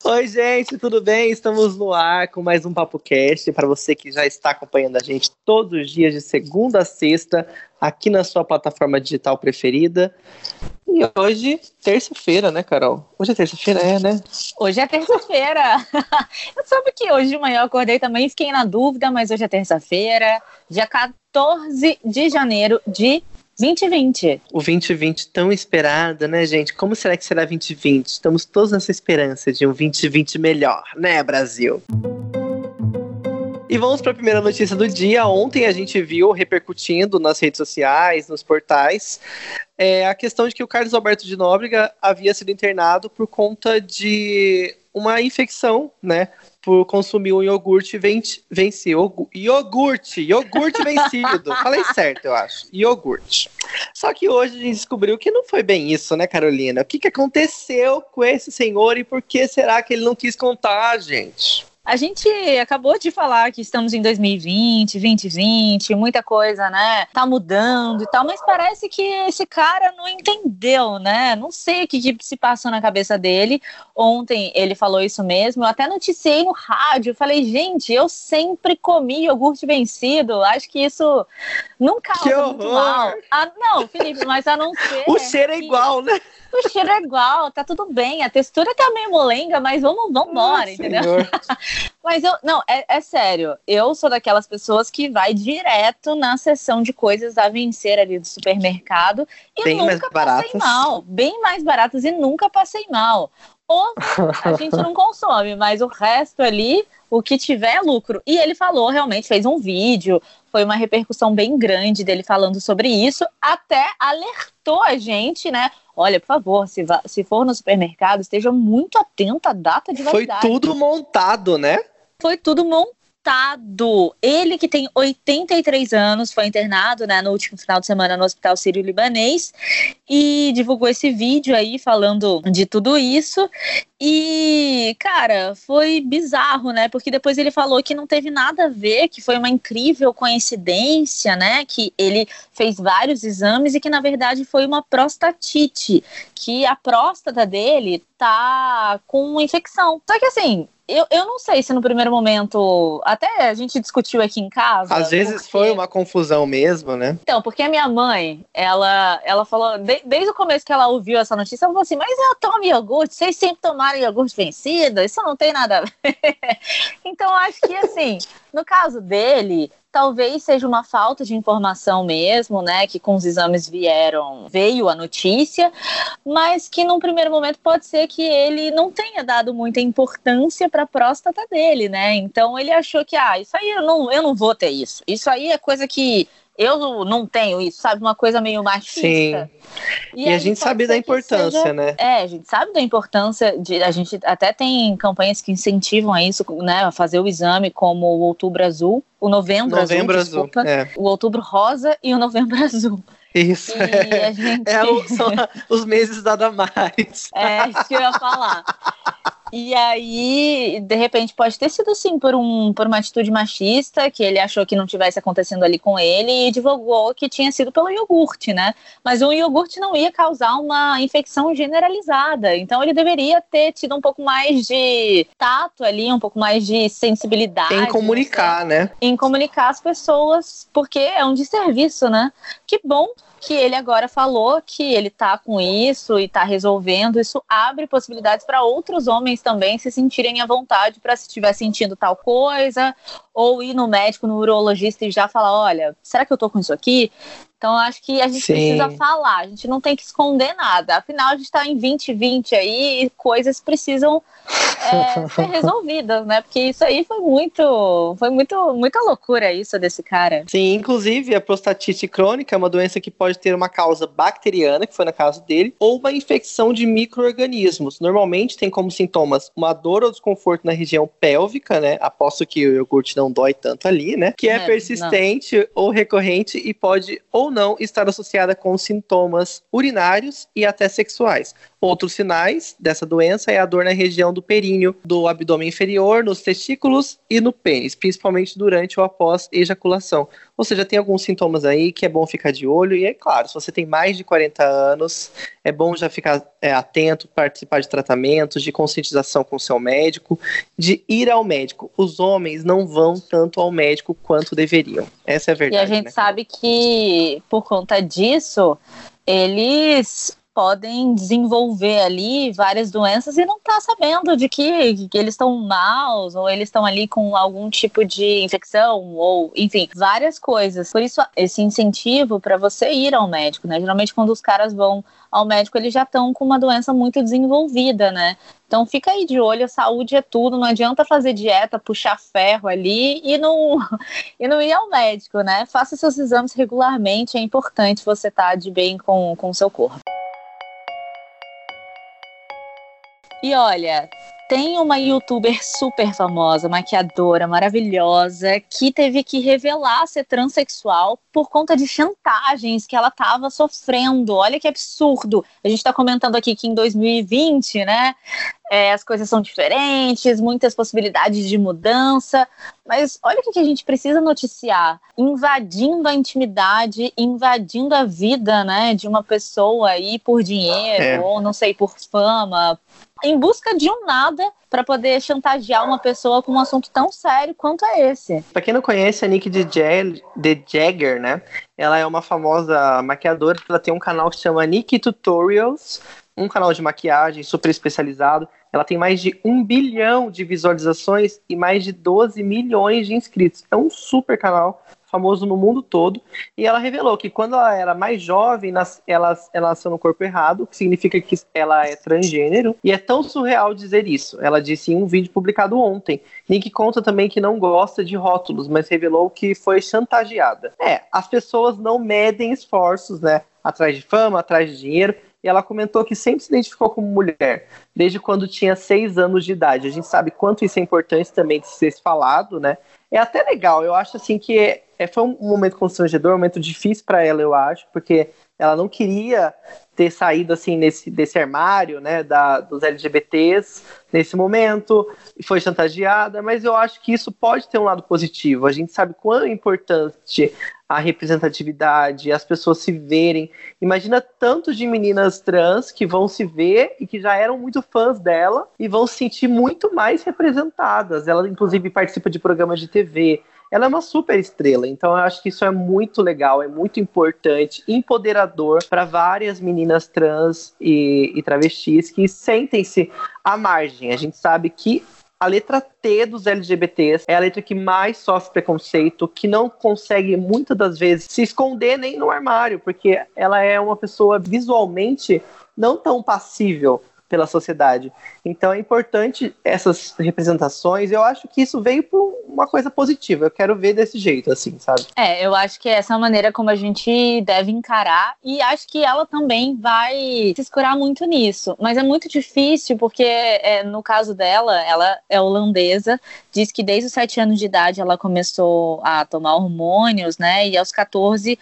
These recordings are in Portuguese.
Oi, gente, tudo bem? Estamos no ar com mais um PapoCast para você que já está acompanhando a gente todos os dias de segunda a sexta aqui na sua plataforma digital preferida. E hoje, terça-feira, né, Carol? Hoje é terça-feira, né? Hoje é terça-feira. Eu soube que hoje de manhã eu acordei também e fiquei na dúvida, mas hoje é terça-feira, dia 14 de janeiro de 2020. O 2020 tão esperado, né, gente? Como será que será 2020? Estamos todos nessa esperança de um 2020 melhor, né, Brasil? E vamos para a primeira notícia do dia. Ontem a gente viu repercutindo nas redes sociais, nos portais, a questão de que o Carlos Alberto de Nóbrega havia sido internado por conta de uma infecção, né? Por consumir um iogurte vencido. Iogurte vencido. Falei certo, eu acho. Iogurte. Só que hoje a gente descobriu que não foi bem isso, né, Carolina? O que aconteceu com esse senhor e por que será que ele não quis contar, gente? A gente acabou de falar que estamos em 2020, 2020, muita coisa, né, tá mudando e tal, mas parece que esse cara não entendeu, né, não sei o que se passou na cabeça dele. Ontem ele falou isso mesmo, eu até noticiei no rádio, falei, gente, eu sempre comi iogurte vencido, acho que isso não causa muito mal. Ah, não, Felipe, mas a não ser... O cheiro é igual, né? O cheiro é igual, tá tudo bem, a textura tá meio molenga, mas vamos embora, entendeu? Mas é sério, eu sou daquelas pessoas que vai direto na seção de coisas a vencer ali do supermercado e bem nunca passei mal, bem mais baratas e nunca passei mal. Ou a gente não consome, mas o resto ali, o que tiver é lucro. E ele falou, realmente fez um vídeo, foi uma repercussão bem grande dele falando sobre isso, até alertou a gente, né? Olha, por favor, se for no supermercado, esteja muito atento à data de validade. Foi tudo montado, né? Foi tudo montado. Ele, que tem 83 anos, foi internado, né, no último final de semana no Hospital Sírio-Libanês e divulgou esse vídeo aí falando de tudo isso. E, cara, foi bizarro, né? Porque depois ele falou que não teve nada a ver, que foi uma incrível coincidência, né? Que ele fez vários exames e que, na verdade, foi uma prostatite, que a próstata dele tá com infecção. Só que, assim, eu não sei se no primeiro momento, até a gente discutiu aqui em casa. Às vezes foi uma confusão mesmo, né? Então, porque a minha mãe, ela falou, desde o começo que ela ouviu essa notícia, ela falou assim, mas eu tomo iogurte, vocês sempre tomaram iogurte vencido, isso não tem nada a ver. Então, acho que assim, no caso dele, talvez seja uma falta de informação mesmo, né, que com os exames veio a notícia, mas que num primeiro momento pode ser que ele não tenha dado muita importância para a próstata dele, né, então ele achou que, isso aí eu não vou ter isso aí é coisa que eu não tenho isso, sabe? Uma coisa meio machista. Sim. E a gente sabe da importância, né? A gente sabe da importância, a gente até tem campanhas que incentivam a isso, né? A fazer o exame, como o Outubro Azul, o Novembro Azul, desculpa. O Outubro Rosa e o Novembro Azul. Isso, a gente... são os meses da Damares. Isso que eu ia falar. E aí, de repente, pode ter sido, sim, por uma atitude machista, que ele achou que não tivesse acontecendo ali com ele e divulgou que tinha sido pelo iogurte, né? Mas o iogurte não ia causar uma infecção generalizada, então ele deveria ter tido um pouco mais de tato ali, um pouco mais de sensibilidade. Em comunicar, né? Em comunicar as pessoas, porque é um desserviço, né? Que bom que ele agora falou que ele tá com isso e tá resolvendo. Isso abre possibilidades para outros homens também se sentirem à vontade para, se estiver sentindo tal coisa, ou ir no médico, no urologista e já falar, olha, será que eu tô com isso aqui? Então, acho que a gente precisa falar, a gente não tem que esconder nada. Afinal, a gente está em 2020 aí e coisas precisam ser resolvidas, né? Porque isso aí foi muita loucura isso desse cara. Sim, inclusive a prostatite crônica é uma doença que pode ter uma causa bacteriana, que foi na caso dele, ou uma infecção de micro-organismos. Normalmente tem como sintomas uma dor ou desconforto na região pélvica, né? Aposto que o iogurte não dói tanto ali, né? Que é persistente ou recorrente e pode ou não estar associada com sintomas urinários e até sexuais. Outros sinais dessa doença é a dor na região do períneo, do abdômen inferior, nos testículos e no pênis, principalmente durante ou após ejaculação. Ou seja, tem alguns sintomas aí que é bom ficar de olho. E é claro, se você tem mais de 40 anos, é bom já ficar atento, participar de tratamentos, de conscientização com o seu médico, de ir ao médico. Os homens não vão tanto ao médico quanto deveriam. Essa é a verdade. E a gente sabe que, por conta disso, eles podem desenvolver ali várias doenças e não tá sabendo de que eles estão maus, ou eles estão ali com algum tipo de infecção, ou enfim, várias coisas. Por isso, esse incentivo para você ir ao médico, né? Geralmente, quando os caras vão ao médico, eles já estão com uma doença muito desenvolvida, né? Então fica aí de olho, a saúde é tudo, não adianta fazer dieta, puxar ferro ali e não ir ao médico, né? Faça seus exames regularmente, é importante você estar de bem com o seu corpo. E olha, tem uma youtuber super famosa, maquiadora, maravilhosa, que teve que revelar ser transexual por conta de chantagens que ela estava sofrendo. Olha que absurdo. A gente está comentando aqui que em 2020, né, as coisas são diferentes, muitas possibilidades de mudança, mas olha o que a gente precisa noticiar. Invadindo a intimidade, invadindo a vida, né, de uma pessoa aí por dinheiro, ou não sei, por fama, em busca de um nada para poder chantagear uma pessoa com um assunto tão sério quanto é esse. Pra quem não conhece, a Nick The Jagger, né? Ela é uma famosa maquiadora, ela tem um canal que se chama Nick Tutorials, um canal de maquiagem super especializado. Ela tem mais de 1 bilhão de visualizações e mais de 12 milhões de inscritos. É um super canal, famoso no mundo todo, e ela revelou que quando ela era mais jovem, ela nasceu no corpo errado, que significa que ela é transgênero, e é tão surreal dizer isso. Ela disse em um vídeo publicado ontem. Nick conta também que não gosta de rótulos, mas revelou que foi chantageada. As pessoas não medem esforços, né, atrás de fama, atrás de dinheiro, e ela comentou que sempre se identificou como mulher, desde quando tinha 6 anos de idade. A gente sabe quanto isso é importante também de ser falado, né? É até legal, eu acho assim que foi um momento constrangedor, um momento difícil para ela, eu acho, porque ela não queria ter saído assim desse armário, né, dos LGBTs nesse momento, e foi chantageada, mas eu acho que isso pode ter um lado positivo. A gente sabe quão é importante a representatividade, as pessoas se verem. Imagina tanto de meninas trans que vão se ver e que já eram muito fãs dela e vão se sentir muito mais representadas. Ela, inclusive, participa de programas de TV. Ela é uma super estrela, então eu acho que isso é muito legal, é muito importante, empoderador para várias meninas trans e travestis que sentem-se à margem. A gente sabe que a letra T dos LGBTs é a letra que mais sofre preconceito, que não consegue, muitas das vezes, se esconder nem no armário, porque ela é uma pessoa visualmente não tão passível pela sociedade. Então é importante essas representações. Eu acho que isso veio por uma coisa positiva. Eu quero ver desse jeito, assim, sabe? Eu acho que essa é a maneira como a gente deve encarar, e acho que ela também vai se escurar muito nisso. Mas é muito difícil, porque no caso dela, ela é holandesa, diz que desde os 7 anos de idade ela começou a tomar hormônios, né? E aos 14,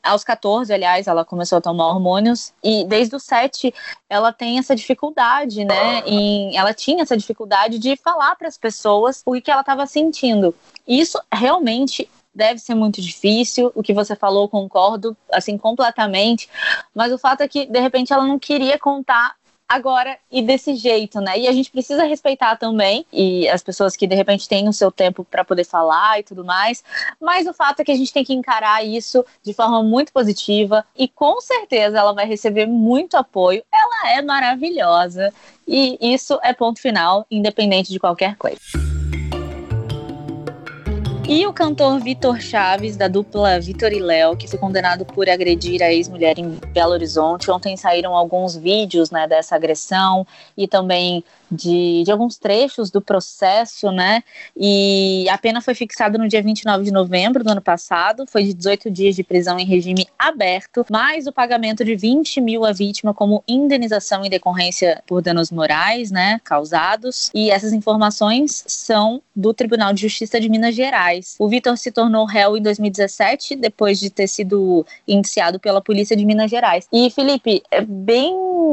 aliás, ela começou a tomar hormônios, e desde os 7 ela tem essa dificuldade, né? Ela tinha essa dificuldade de falar para as pessoas o que ela estava sentindo. Isso realmente deve ser muito difícil. O que você falou, concordo, assim, completamente. Mas o fato é que, de repente, ela não queria contar agora e desse jeito, né? E a gente precisa respeitar também, e as pessoas que de repente têm o seu tempo para poder falar e tudo mais, mas o fato é que a gente tem que encarar isso de forma muito positiva, e com certeza ela vai receber muito apoio. Ela é maravilhosa, e isso é ponto final, independente de qualquer coisa. E o cantor Vitor Chaves, da dupla Vitor e Léo, que foi condenado por agredir a ex-mulher em Belo Horizonte. Ontem saíram alguns vídeos, né, dessa agressão e também de alguns trechos do processo, né? E a pena foi fixada no dia 29 de novembro do ano passado, foi de 18 dias de prisão em regime aberto, mais o pagamento de 20 mil à vítima como indenização em decorrência por danos morais, né, causados. E essas informações são do Tribunal de Justiça de Minas Gerais. O Vitor se tornou réu em 2017, depois de ter sido indiciado pela Polícia de Minas Gerais. E, Felipe, é bem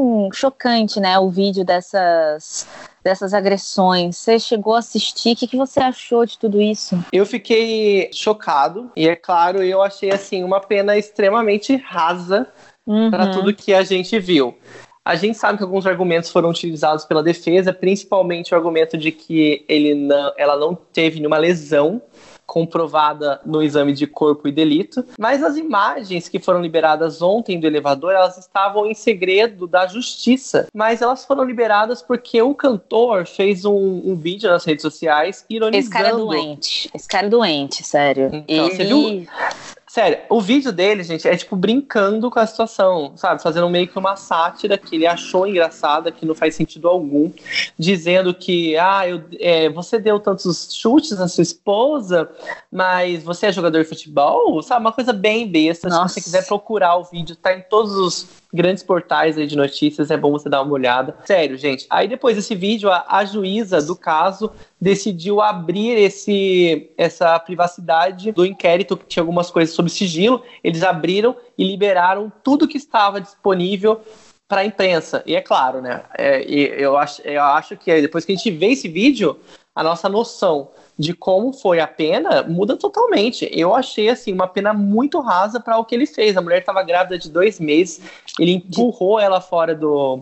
chocante, né, o vídeo dessas agressões. Você chegou a assistir? O que você achou de tudo isso? Eu fiquei chocado. E é claro, eu achei assim uma pena extremamente rasa para tudo que a gente viu. A gente sabe que alguns argumentos foram utilizados pela defesa, principalmente o argumento de que ela não teve nenhuma lesão comprovada no exame de corpo e delito, mas as imagens que foram liberadas ontem do elevador, elas estavam em segredo da justiça, mas elas foram liberadas porque o cantor fez um vídeo nas redes sociais ironizando. Esse cara é doente, sério. Então, você viu? Sério, o vídeo dele, gente, é tipo brincando com a situação, sabe? Fazendo meio que uma sátira que ele achou engraçada, que não faz sentido algum, dizendo que você deu tantos chutes na sua esposa, mas você é jogador de futebol? Sabe? Uma coisa bem besta. Nossa. Se você quiser procurar o vídeo, tá em todos os grandes portais aí de notícias, é bom você dar uma olhada. Sério, gente. Aí depois desse vídeo, a juíza do caso decidiu abrir essa privacidade do inquérito, que tinha algumas coisas sob sigilo. Eles abriram e liberaram tudo que estava disponível para a imprensa. E é claro, né? Eu acho que depois que a gente vê esse vídeo, a nossa noção de como foi a pena muda totalmente. Eu achei assim uma pena muito rasa para o que ele fez. A mulher estava grávida de 2 meses, ele empurrou ela fora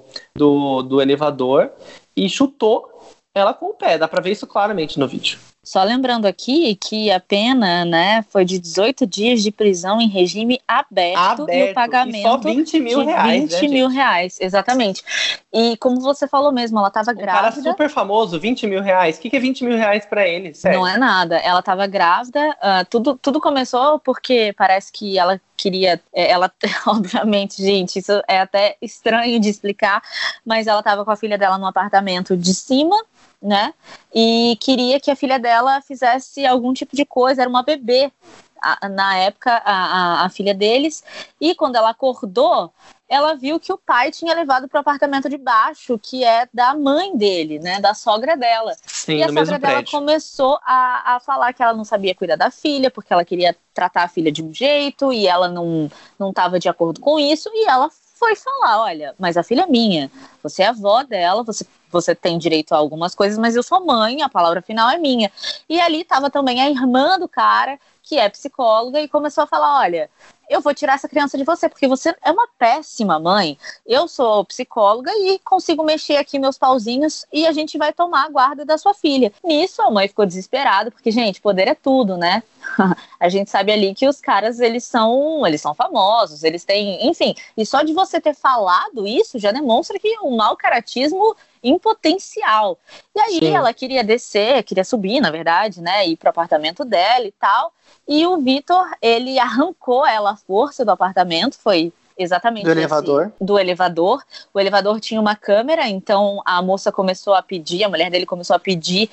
do elevador e chutou ela com o pé. Dá para ver isso claramente no vídeo. Só lembrando aqui que a pena, né, foi de 18 dias de prisão em regime aberto e o pagamento e só 20 mil reais. 20 mil reais, exatamente. E como você falou mesmo, ela estava grávida. Um cara super famoso, 20 mil reais. O que é 20 mil reais pra ele? Sério? Não é nada. Ela estava grávida. Tudo começou porque parece que ela queria. Ela, obviamente, gente, isso é até estranho de explicar, mas ela estava com a filha dela no apartamento de cima, né? E queria que a filha dela fizesse algum tipo de coisa. Era uma bebê. Na época, a filha deles. E quando ela acordou, ela viu que o pai tinha levado para o apartamento de baixo, que é da mãe dele, né, da sogra dela. Sim, e a sogra dela começou a falar que ela não sabia cuidar da filha, porque ela queria tratar a filha de um jeito, e ela não estava de acordo com isso, e ela foi falar, olha, mas a filha é minha, você é avó dela, você tem direito a algumas coisas, mas eu sou mãe, a palavra final é minha. E ali estava também a irmã do cara, que é psicóloga, e começou a falar, olha, eu vou tirar essa criança de você, porque você é uma péssima mãe. Eu sou psicóloga e consigo mexer aqui meus pauzinhos e a gente vai tomar a guarda da sua filha. Nisso, a mãe ficou desesperada, porque, gente, poder é tudo, né? A gente sabe ali que os caras, eles são famosos, eles têm, enfim. E só de você ter falado isso já demonstra que o mau caratismo em potencial. E aí Sim. ela queria subir, na verdade, né, ir pro apartamento dela e tal. E o Vitor, ele arrancou ela à força do apartamento, foi exatamente do elevador. Do elevador. O elevador tinha uma câmera, então a moça começou a pedir, a mulher dele começou a pedir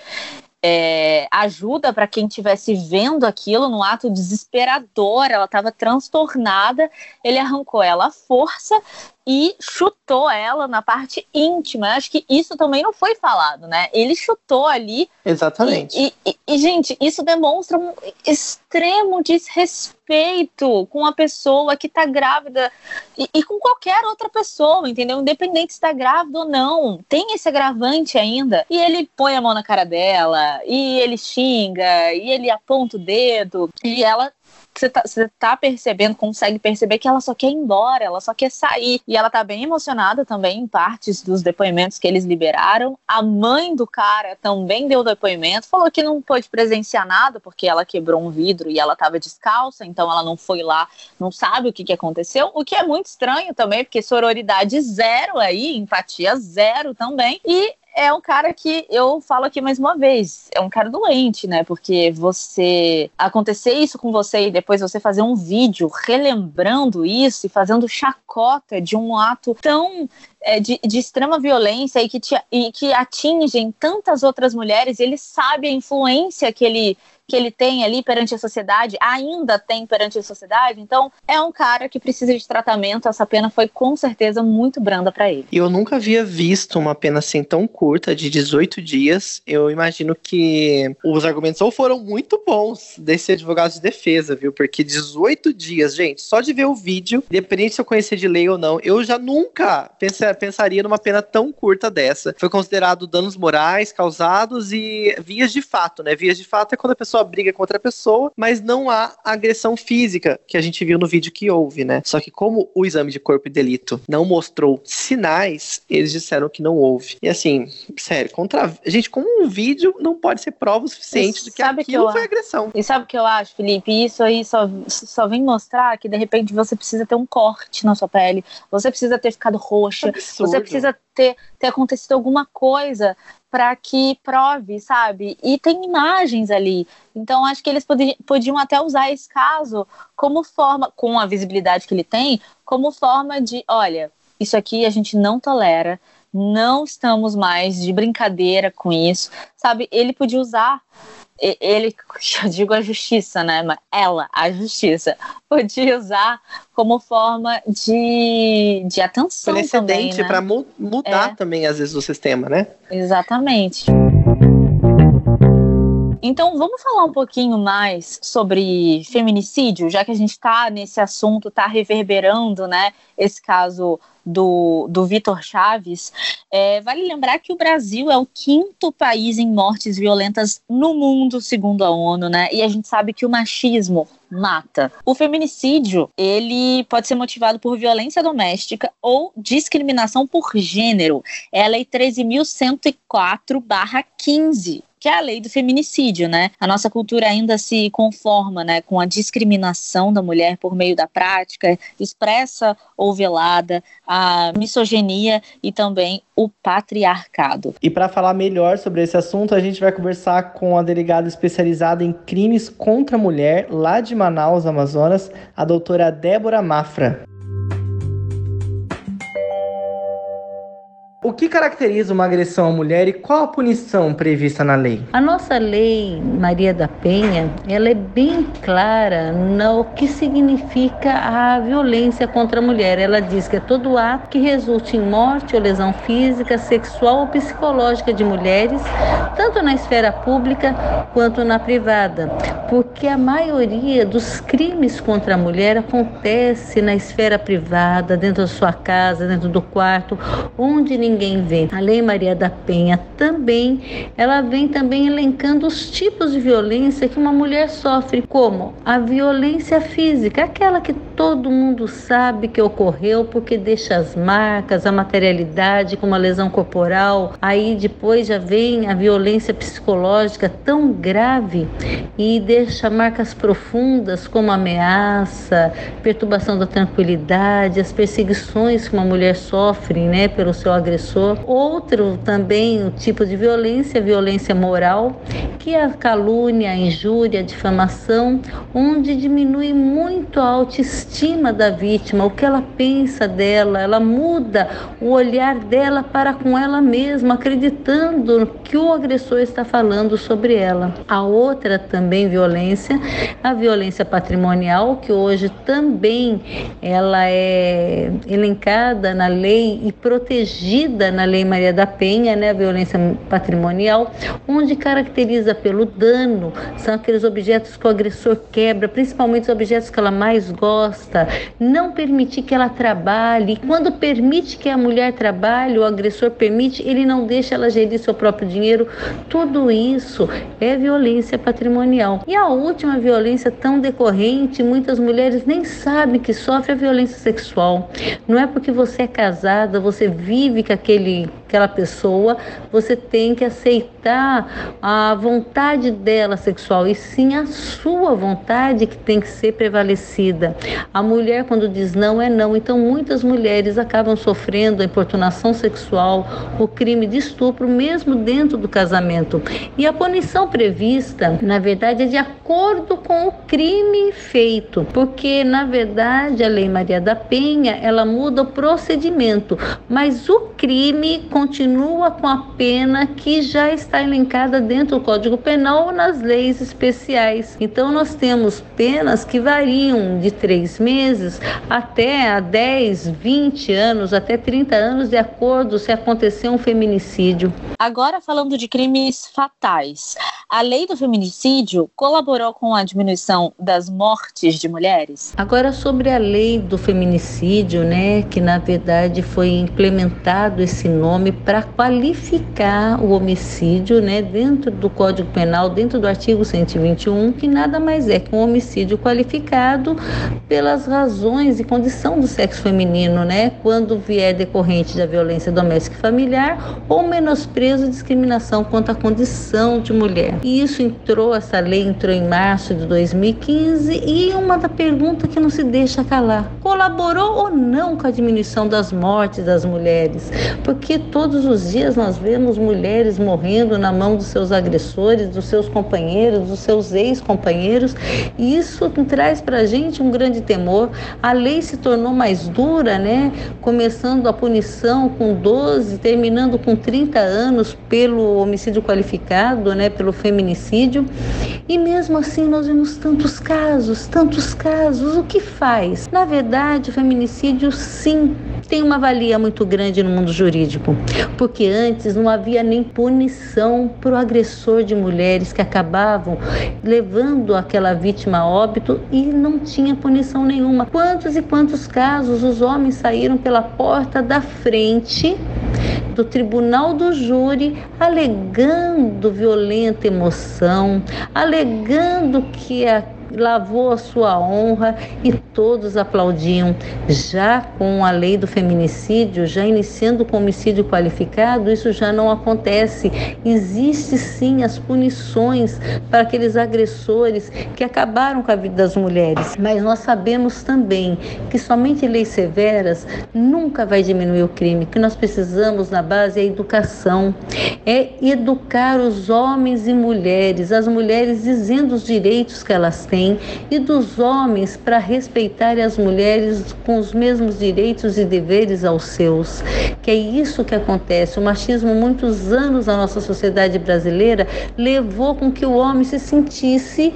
ajuda para quem estivesse vendo aquilo num ato desesperador. Ela estava transtornada. Ele arrancou ela à força e chutou ela na parte íntima. Acho que isso também não foi falado, né? Ele chutou ali. Exatamente. E, gente, isso demonstra um extremo desrespeito com a pessoa que tá grávida e com qualquer outra pessoa, entendeu? Independente se tá grávida ou não. Tem esse agravante ainda. E ele põe a mão na cara dela, e ele xinga, e ele aponta o dedo, e ela... Você tá percebendo, consegue perceber que ela só quer ir embora, ela só quer sair. E ela tá bem emocionada também em partes dos depoimentos que eles liberaram. A mãe do cara também deu depoimento, falou que não pôde presenciar nada, porque ela quebrou um vidro e ela tava descalça, então ela não foi lá, não sabe o que aconteceu. O que é muito estranho também, porque sororidade zero aí, empatia zero também. E é um cara que, eu falo aqui mais uma vez, é um cara doente, né? Porque você acontecer isso com você e depois você fazer um vídeo relembrando isso e fazendo chacota de um ato tão de extrema violência e que atingem tantas outras mulheres, ele sabe a influência que ele tem ali perante a sociedade, ainda tem perante a sociedade, então é um cara que precisa de tratamento. Essa pena foi com certeza muito branda pra ele. Eu nunca havia visto uma pena assim tão curta, de 18 dias. Eu imagino que os argumentos ou foram muito bons desse advogado de defesa, viu? Porque 18 dias, gente, só de ver o vídeo, independente se eu conhecer de lei ou não, eu já nunca pensei pensaria numa pena tão curta dessa. Foi considerado danos morais causados e vias de fato, né? Vias de fato é quando a pessoa briga com outra pessoa, mas não há agressão física, que a gente viu no vídeo que houve, né? Só que como o exame de corpo e delito não mostrou sinais, eles disseram que não houve. E assim, sério, gente, como um vídeo não pode ser prova o suficiente de que aquilo foi agressão. E sabe o que eu acho, Felipe? Isso aí só vem mostrar que de repente você precisa ter um corte na sua pele, você precisa ter ficado roxa, Absurdo. Você precisa ter acontecido alguma coisa para que prove, sabe? E tem imagens ali. Então, acho que eles podiam até usar esse caso como forma, com a visibilidade que ele tem, como forma de, olha, isso aqui a gente não tolera, não estamos mais de brincadeira com isso, sabe? Ele podia usar, eu digo a justiça, né? Mas a justiça, podia usar como forma de atenção precedente também, né? Para mudar também, às vezes, o sistema, né? Exatamente. Então, vamos falar um pouquinho mais sobre feminicídio, já que a gente está nesse assunto, está reverberando, né, esse caso do Vitor Chaves. Vale lembrar que o Brasil é o 5º país em mortes violentas no mundo, segundo a ONU, né? E a gente sabe que o machismo mata. O feminicídio, ele pode ser motivado por violência doméstica ou discriminação por gênero. É a Lei 13.104/15. Que é a lei do feminicídio, né? A nossa cultura ainda se conforma, né, com a discriminação da mulher por meio da prática expressa ou velada, a misoginia e também o patriarcado. E para falar melhor sobre esse assunto, a gente vai conversar com a delegada especializada em crimes contra a mulher, lá de Manaus, Amazonas, a doutora Débora Mafra. O que caracteriza uma agressão à mulher e qual a punição prevista na lei? A nossa lei Maria da Penha, ela é bem clara no que significa a violência contra a mulher. Ela diz que é todo ato que resulte em morte ou lesão física, sexual ou psicológica de mulheres, tanto na esfera pública quanto na privada, porque a maioria dos crimes contra a mulher acontece na esfera privada, dentro da sua casa, dentro do quarto, onde ninguém vê. A Lei Maria da Penha ela vem também elencando os tipos de violência que uma mulher sofre, como a violência física, aquela que todo mundo sabe que ocorreu porque deixa as marcas, a materialidade, como a lesão corporal. Aí depois já vem a violência psicológica tão grave e deixa marcas profundas, como ameaça, perturbação da tranquilidade, as perseguições que uma mulher sofre, né, pelo seu agressor. Outro também, o tipo de violência, violência moral, que é a calúnia, a injúria, a difamação, onde diminui muito a autoestima da vítima, o que ela pensa dela, ela muda o olhar dela para com ela mesma, acreditando que o agressor está falando sobre ela. A outra também violência, a violência patrimonial, que hoje também ela é elencada na lei e protegida na Lei Maria da Penha, né, a violência patrimonial, onde caracteriza pelo dano, são aqueles objetos que o agressor quebra, principalmente os objetos que ela mais gosta, não permitir que ela trabalhe, e quando permite que a mulher trabalhe, o agressor permite, ele não deixa ela gerir seu próprio dinheiro, tudo isso é violência patrimonial. E a última violência tão decorrente, muitas mulheres nem sabem que sofrem a violência sexual. Não é porque você é casada, você vive com aquela pessoa, você tem que aceitar a vontade dela sexual, e sim a sua vontade que tem que ser prevalecida. A mulher, quando diz não, é não. Então muitas mulheres acabam sofrendo a importunação sexual, o crime de estupro, mesmo dentro do casamento. E a punição prevista, na verdade, é de acordo com o crime feito, porque na verdade a Lei Maria da Penha, ela muda o procedimento, mas o crime continua com a pena que já está elencada dentro do Código Penal ou nas leis especiais. Então nós temos penas que variam de 3 meses até a 10, 20 anos, até 30 anos, de acordo se acontecer um feminicídio. Agora, falando de crimes fatais, A lei do feminicídio colaborou com a diminuição das mortes de mulheres? Agora, sobre a lei do feminicídio, né, que na verdade foi implementado esse nome para qualificar o homicídio, né, dentro do Código Penal, dentro do artigo 121, que nada mais é que um homicídio qualificado pelas razões e condição do sexo feminino, né, quando vier decorrente da violência doméstica e familiar ou menosprezo e discriminação contra a condição de mulher. E isso essa lei entrou em março de 2015 e uma da pergunta que não se deixa calar: colaborou ou não com a diminuição das mortes das mulheres? Porque todos os dias nós vemos mulheres morrendo na mão dos seus agressores, dos seus companheiros, dos seus ex-companheiros, e isso traz pra gente um grande temor. A lei se tornou mais dura, né? Começando a punição com 12, terminando com 30 anos pelo homicídio qualificado, né? Pelo feminicídio. E mesmo assim nós vemos tantos casos. O que faz? Na verdade, o feminicídio, sim, tem uma valia muito grande no mundo jurídico, porque antes não havia nem punição para o agressor de mulheres, que acabavam levando aquela vítima a óbito e não tinha punição nenhuma. Quantos e quantos casos os homens saíram pela porta da frente do tribunal do júri alegando violenta emoção, alegando que lavou a sua honra, e todos aplaudiam. Já com a lei do feminicídio, já iniciando com homicídio qualificado, isso já não acontece. Existe sim as punições para aqueles agressores que acabaram com a vida das mulheres, mas nós sabemos também que somente leis severas nunca vai diminuir o crime. O que nós precisamos na base é educação, é educar os homens e mulheres, as mulheres dizendo os direitos que elas têm, e dos homens para respeitarem as mulheres com os mesmos direitos e deveres aos seus. Que é isso que acontece. O machismo, muitos anos na nossa sociedade brasileira, levou com que o homem se sentisse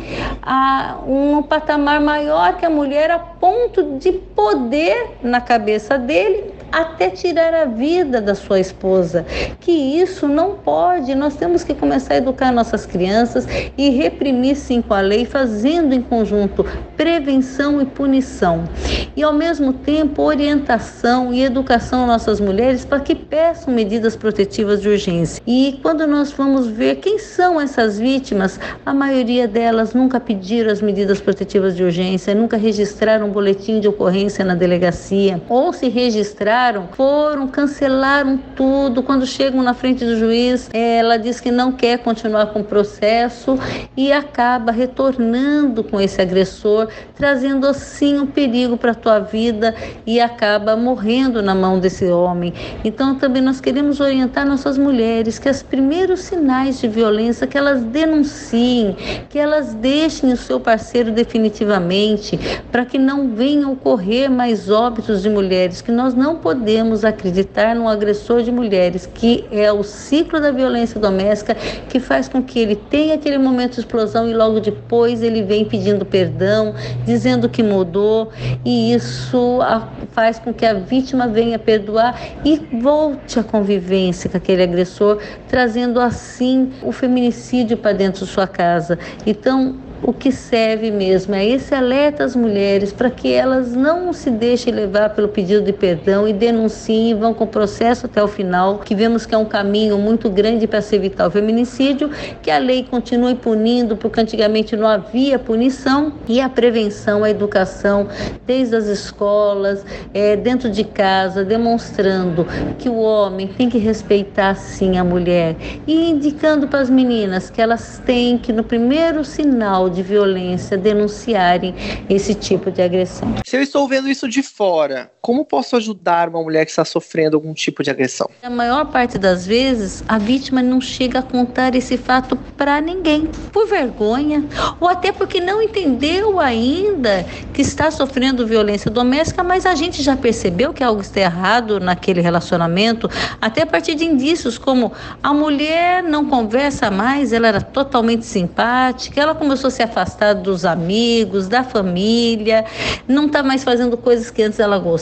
a um patamar maior que a mulher, a ponto de poder, na cabeça dele, até tirar a vida da sua esposa. Que isso não pode. Nós temos que começar a educar nossas crianças e reprimir sim com a lei, fazendo em conjunto prevenção e punição. E ao mesmo tempo orientação e educação às nossas mulheres para que peçam medidas protetivas de urgência. E quando nós vamos ver quem são essas vítimas, a maioria delas nunca pediram as medidas protetivas de urgência, nunca registraram um boletim de ocorrência na delegacia, ou se registraram, cancelaram tudo. Quando chegam na frente do juiz, ela diz que não quer continuar com o processo e acaba retornando com esse agressor, trazendo assim um perigo para a tua vida, e acaba morrendo na mão desse homem. Então também nós queremos orientar nossas mulheres que os primeiros sinais de violência, que elas denunciem, que elas deixem o seu parceiro definitivamente, para que não venham ocorrer mais óbitos de mulheres, que nós não podemos acreditar num agressor de mulheres, que é o ciclo da violência doméstica, que faz com que ele tenha aquele momento de explosão e logo depois ele vem pedindo perdão, dizendo que mudou, e isso faz com que a vítima venha perdoar e volte à convivência com aquele agressor, trazendo assim o feminicídio para dentro de sua casa. Então, o que serve mesmo é esse alerta às mulheres para que elas não se deixem levar pelo pedido de perdão e denunciem e vão com o processo até o final, que vemos que é um caminho muito grande para se evitar o feminicídio, que a lei continue punindo, porque antigamente não havia punição, e a prevenção, a educação, desde as escolas, dentro de casa, demonstrando que o homem tem que respeitar sim a mulher, e indicando para as meninas que elas têm que, no primeiro sinal de violência, denunciarem esse tipo de agressão. Se eu estou vendo isso de fora, como posso ajudar uma mulher que está sofrendo algum tipo de agressão? A maior parte das vezes, a vítima não chega a contar esse fato para ninguém, por vergonha, ou até porque não entendeu ainda que está sofrendo violência doméstica, mas a gente já percebeu que algo está errado naquele relacionamento, até a partir de indícios como a mulher não conversa mais, ela era totalmente simpática, ela começou a se afastar dos amigos, da família, não está mais fazendo coisas que antes ela gostava,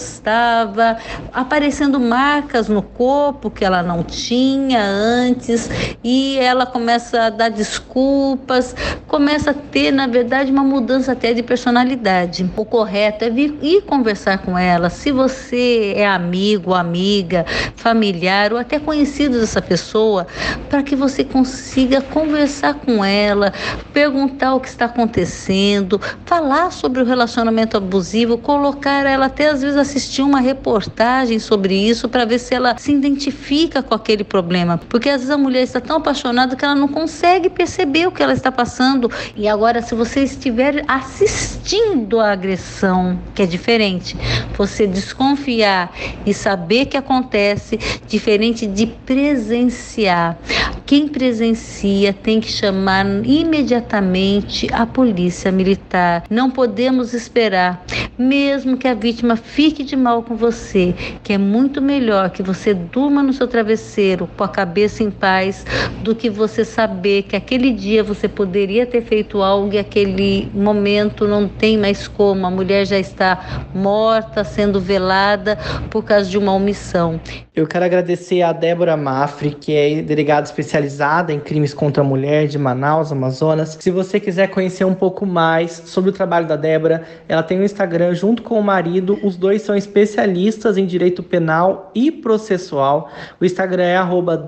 gostava, aparecendo marcas no corpo que ela não tinha antes, e ela começa a dar desculpas, começa a ter, na verdade, uma mudança até de personalidade. O correto é vir e conversar com ela. Se você é amigo, amiga, familiar ou até conhecido dessa pessoa, para que você consiga conversar com ela, perguntar o que está acontecendo, falar sobre o relacionamento abusivo, colocar ela até às vezes assistir uma reportagem sobre isso para ver se ela se identifica com aquele problema, porque às vezes a mulher está tão apaixonada que ela não consegue perceber o que ela está passando. E agora, se você estiver assistindo a agressão, que é diferente, você desconfiar e saber que acontece, diferente de presenciar. Quem presencia tem que chamar imediatamente a polícia militar. Não podemos esperar, mesmo que a vítima fique de mal com você, que é muito melhor que você durma no seu travesseiro com a cabeça em paz do que você saber que aquele dia você poderia ter feito algo e aquele momento não tem mais como. A mulher já está morta, sendo velada por causa de uma omissão. Eu quero agradecer a Débora Mafri, que é delegada especializada em crimes contra a mulher de Manaus, Amazonas. Se você quiser conhecer um pouco mais sobre o trabalho da Débora, ela tem um Instagram junto com o marido. Os dois são especialistas em direito penal e processual. O Instagram é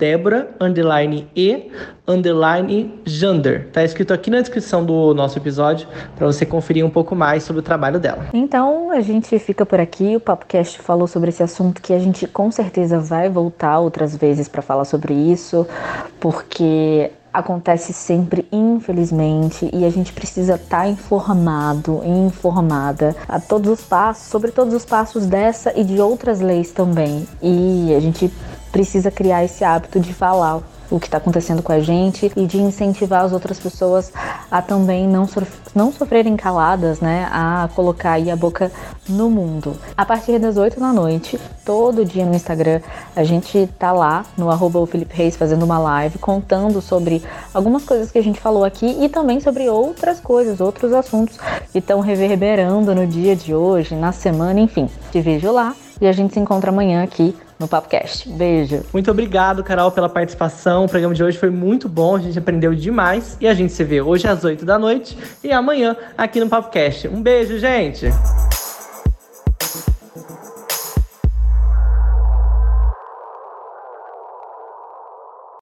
@Débora_E_Jander. Tá escrito aqui na descrição do nosso episódio para você conferir um pouco mais sobre o trabalho dela. Então, a gente fica por aqui. O PapoCast falou sobre esse assunto que a gente com certeza vai voltar outras vezes para falar sobre isso, porque acontece sempre, infelizmente, e a gente precisa estar informado e informada a todos os passos, sobre todos os passos dessa e de outras leis também. E a gente precisa criar esse hábito de falar o que está acontecendo com a gente e de incentivar as outras pessoas a também não sofrerem caladas, né? A colocar aí a boca no mundo. A partir das 8 da noite, todo dia no Instagram, a gente tá lá no @FelipeReis fazendo uma live contando sobre algumas coisas que a gente falou aqui e também sobre outras coisas, outros assuntos que estão reverberando no dia de hoje, na semana, enfim. Te vejo lá e a gente se encontra amanhã aqui no PapoCast. Beijo. Muito obrigado, Carol, pela participação. O programa de hoje foi muito bom, a gente aprendeu demais. E a gente se vê hoje às 8 da noite e amanhã aqui no PapoCast. Um beijo, gente!